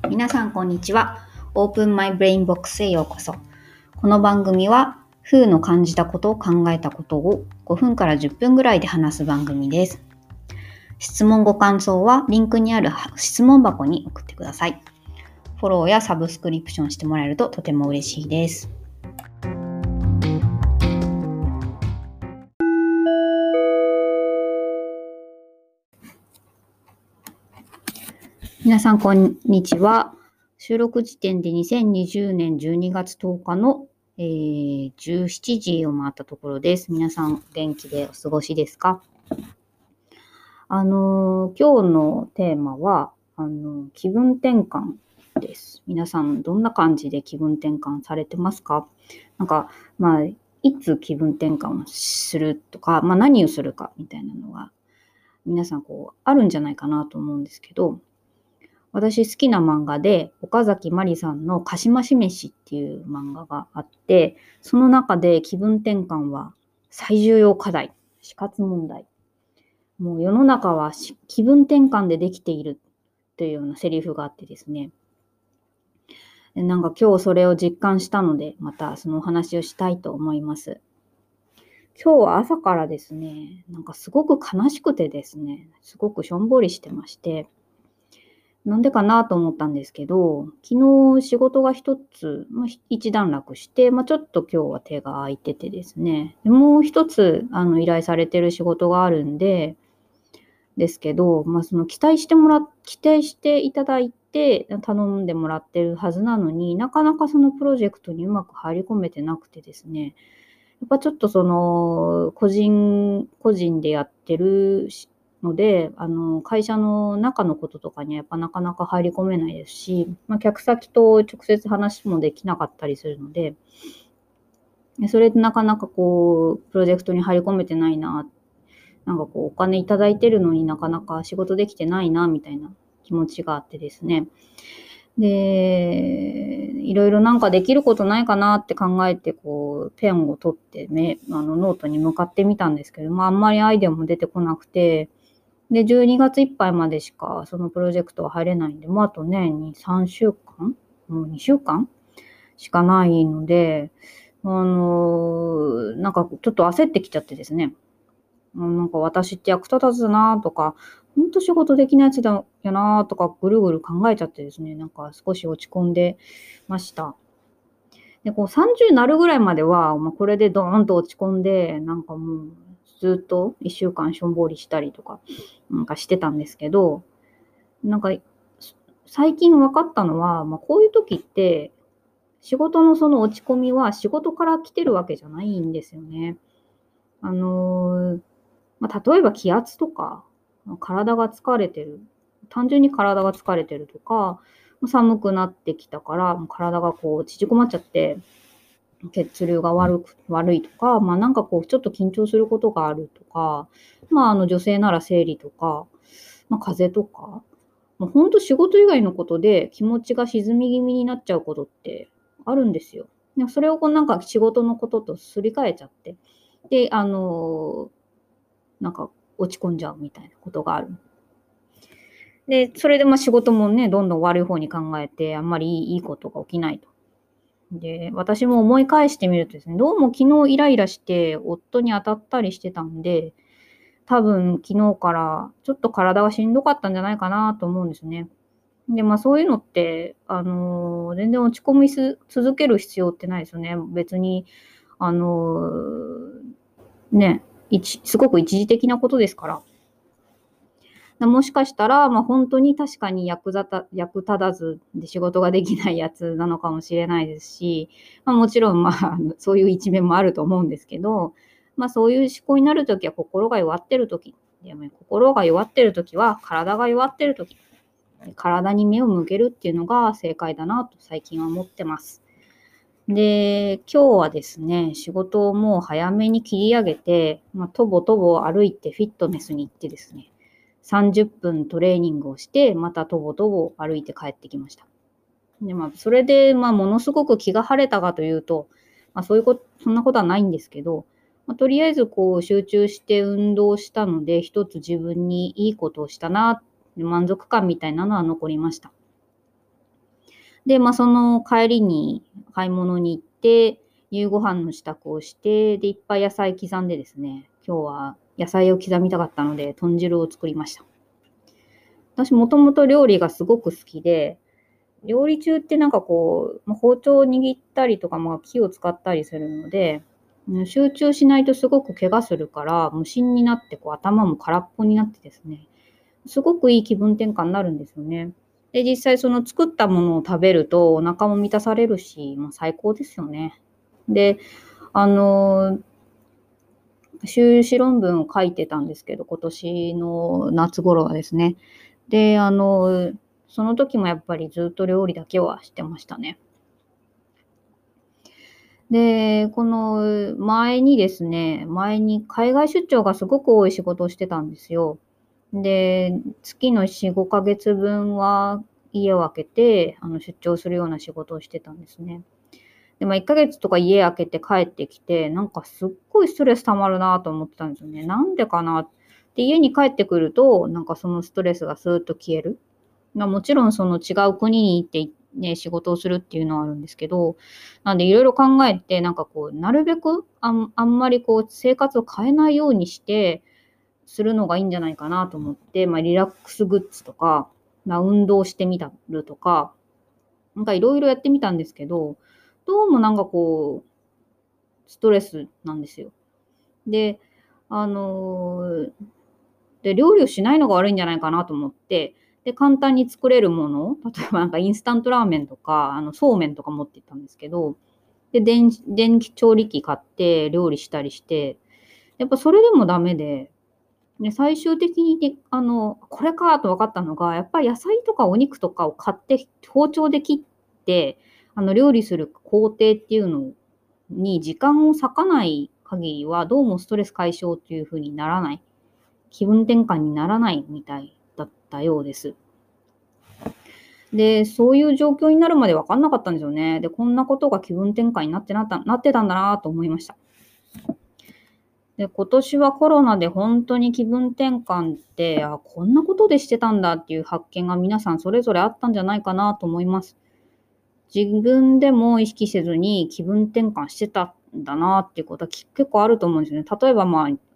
皆さんこんにちは。Open My Brain Box へようこそ。この番組は風の感じたことを考えたことを5分から10分ぐらいで話す番組です。質問ご感想はリンクにある質問箱に送ってください。フォローやサブスクリプションしてもらえるととても嬉しいです。皆さんこんにちは。収録時点で2020年12月10日の、17時を回ったところです。皆さん元気でお過ごしですか？今日のテーマは気分転換です。皆さんどんな感じで気分転換されてますか？いつ気分転換をするとか、何をするかみたいなのが皆さんあるんじゃないかなと思うんですけど、私好きな漫画で岡崎まりさんのかしまし飯っていう漫画があって、その中で気分転換は最重要課題、死活問題。もう世の中は気分転換でできているというようなセリフがあってですね。今日それを実感したので、またそのお話をしたいと思います。今日は朝からですね、すごく悲しくてですね、すごくしょんぼりしてまして、なんでかなと思ったんですけど、昨日仕事が一段落して、ちょっと今日は手が空いててですね、もう一つ依頼されてる仕事があるんですけど、その期待していただいて頼んでもらってるはずなのに、なかなかそのプロジェクトにうまく入り込めてなくてですね、やっぱちょっとその個人でやってるので、会社の中のこととかにはやっぱなかなか入り込めないですし、客先と直接話もできなかったりするので、それでなかなかプロジェクトに入り込めてないな、お金いただいてるのになかなか仕事できてないなみたいな気持ちがあってですね。で、いろいろできることないかなって考えてペンを取ってノートに向かってみたんですけど、あんまりアイデアも出てこなくて、で12月いっぱいまでしかそのプロジェクトは入れないんで、あとね3週間もう2週間しかないので、ちょっと焦ってきちゃってですね。私って役立たずだなとか、ほんと仕事できないやつだよなとか、ぐるぐる考えちゃってですね、少し落ち込んでました。で、30になるぐらいまでは、これでドーンと落ち込んで、もうずっと1週間しょんぼりしたりとか、してたんですけど、最近分かったのは、こういう時って、仕事のその落ち込みは仕事から来てるわけじゃないんですよね。例えば気圧とか、体が疲れてる、単純に体が疲れてるとか、寒くなってきたから、体が縮こまっちゃって、血流が悪いとか、ちょっと緊張することがあるとか、女性なら生理とか、風邪とか、ほんと仕事以外のことで気持ちが沈み気味になっちゃうことってあるんですよ。それを仕事のこととすり替えちゃって、で、落ち込んじゃうみたいなことがある。で、それで仕事もね、どんどん悪い方に考えて、あんまりいいことが起きないと。で、私も思い返してみるとですね、どうも昨日イライラして夫に当たったりしてたんで、多分昨日からちょっと体がしんどかったんじゃないかなと思うんですね。で、そういうのって、全然落ち込み続ける必要ってないですよね。別に、あの、ね、すごく一時的なことですから。もしかしたら、本当に確かに役立たずで仕事ができないやつなのかもしれないですし、もちろん、そういう一面もあると思うんですけど、そういう思考になるときは心が弱ってるとき、心が弱ってるときは体が弱ってるとき、体に目を向けるっていうのが正解だなと最近は思ってます。で、今日はですね、仕事をもう早めに切り上げて、とぼとぼ歩いてフィットネスに行ってですね、30分トレーニングをして、またとぼとぼ歩いて帰ってきました。で、それで、ものすごく気が晴れたかというと、そんなことはないんですけど、とりあえず集中して運動したので、一つ自分にいいことをしたな、満足感みたいなのは残りました。 で、その帰りに買い物に行って、夕ご飯の支度をして、で、いっぱい野菜刻んでですね、今日は野菜を刻みたかったので、豚汁を作りました。私もともと料理がすごく好きで、料理中って包丁を握ったりとか、火を使ったりするので、集中しないとすごく怪我するから、無心になって頭も空っぽになってですね、すごくいい気分転換になるんですよね。で、実際その作ったものを食べるとお腹も満たされるし、最高ですよね。で、修士論文を書いてたんですけど、今年の夏頃はですね。で、その時もやっぱりずっと料理だけはしてましたね。で、この前に海外出張がすごく多い仕事をしてたんですよ。で、月の4、5ヶ月分は家を空けて、出張するような仕事をしてたんですね。で、1ヶ月とか家空けて帰ってきて、すっごいストレス溜まるなと思ってたんですよね。なんでかなって、家に帰ってくると、そのストレスがスーッと消える。もちろんその違う国に行ってね、仕事をするっていうのはあるんですけど、なんでいろいろ考えて、なるべくあんまり生活を変えないようにしてするのがいいんじゃないかなと思って、リラックスグッズとか、運動してみたるとか、いろいろやってみたんですけど、どうもストレスなんですよ。で、料理をしないのが悪いんじゃないかなと思って、で、簡単に作れるもの、例えばインスタントラーメンとか、そうめんとか持って行ったんですけど、で、電気調理器買って料理したりして、やっぱそれでもダメで、最終的にね、これかと分かったのが、やっぱり野菜とかお肉とかを買って包丁で切って、料理する工程っていうのに時間を割かない限りは、どうもストレス解消っていう風にならない。気分転換にならないみたいだったようです。で、そういう状況になるまで分かんなかったんですよね。で、こんなことが気分転換になってたんだなと思いました。で、今年はコロナで本当に気分転換って、こんなことでしてたんだっていう発見が皆さんそれぞれあったんじゃないかなと思います。自分でも意識せずに気分転換してたんだなっていうことは結構あると思うんですよね。例えば、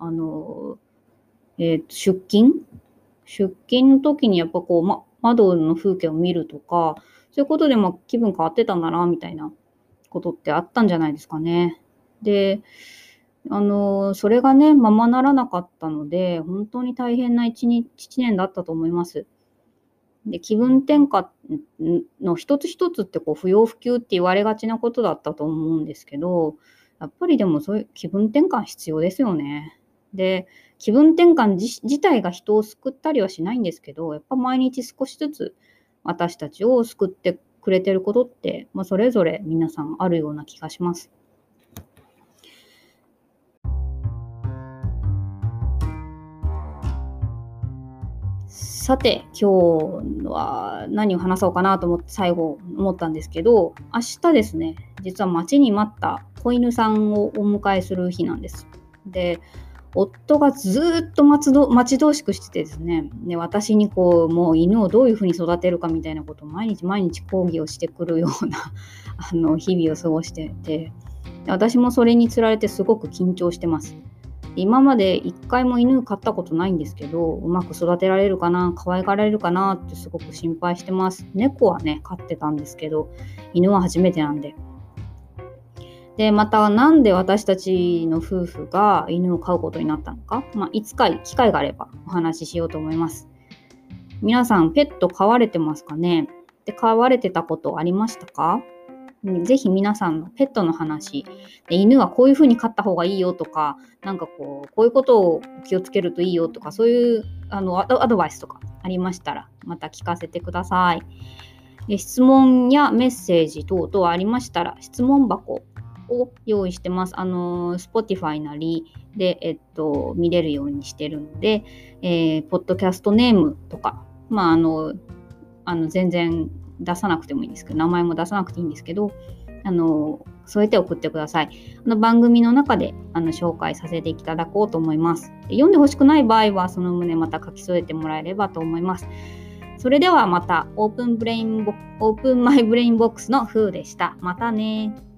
出勤の時にやっぱ窓の風景を見るとか、そういうことで気分変わってたんだなみたいなことってあったんじゃないですかね。で、それがね、ままならなかったので、本当に大変な一年だったと思います。で、気分転換の一つ一つって不要不急って言われがちなことだったと思うんですけど、やっぱりでもそういう気分転換必要ですよね。で、気分転換自体が人を救ったりはしないんですけど、やっぱ毎日少しずつ私たちを救ってくれてることって、それぞれ皆さんあるような気がします。さて、今日は何を話そうかなと思って最後思ったんですけど、明日ですね、実は待ちに待った子犬さんをお迎えする日なんです。で、夫がずっと待ち遠しくしててですね、で、私にもう犬をどういう風に育てるかみたいなことを毎日講義をしてくるような日々を過ごしてて、私もそれにつられてすごく緊張してます。今まで一回も犬飼ったことないんですけど、うまく育てられるかな、可愛がられるかなってすごく心配してます。猫はね、飼ってたんですけど、犬は初めてなんで。で、またなんで私たちの夫婦が犬を飼うことになったのか、いつか機会があればお話ししようと思います。皆さんペット飼われてますかね？で、飼われてたことありましたか？ぜひ皆さんのペットの話で、犬はこういう風に飼った方がいいよとか、こういうことを気をつけるといいよとか、そういうアドバイスとかありましたら、また聞かせてください。で、質問やメッセージ等々ありましたら、質問箱を用意してます。Spotify なりで、見れるようにしてるので、ポッドキャストネームとか、全然出さなくてもいいんですけど、名前も出さなくていいんですけど、添えて送ってください。番組の中で紹介させていただこうと思います。読んでほしくない場合は、その旨また書き添えてもらえればと思います。 それではまたオープンマイブレインボックスのふうでした。またね。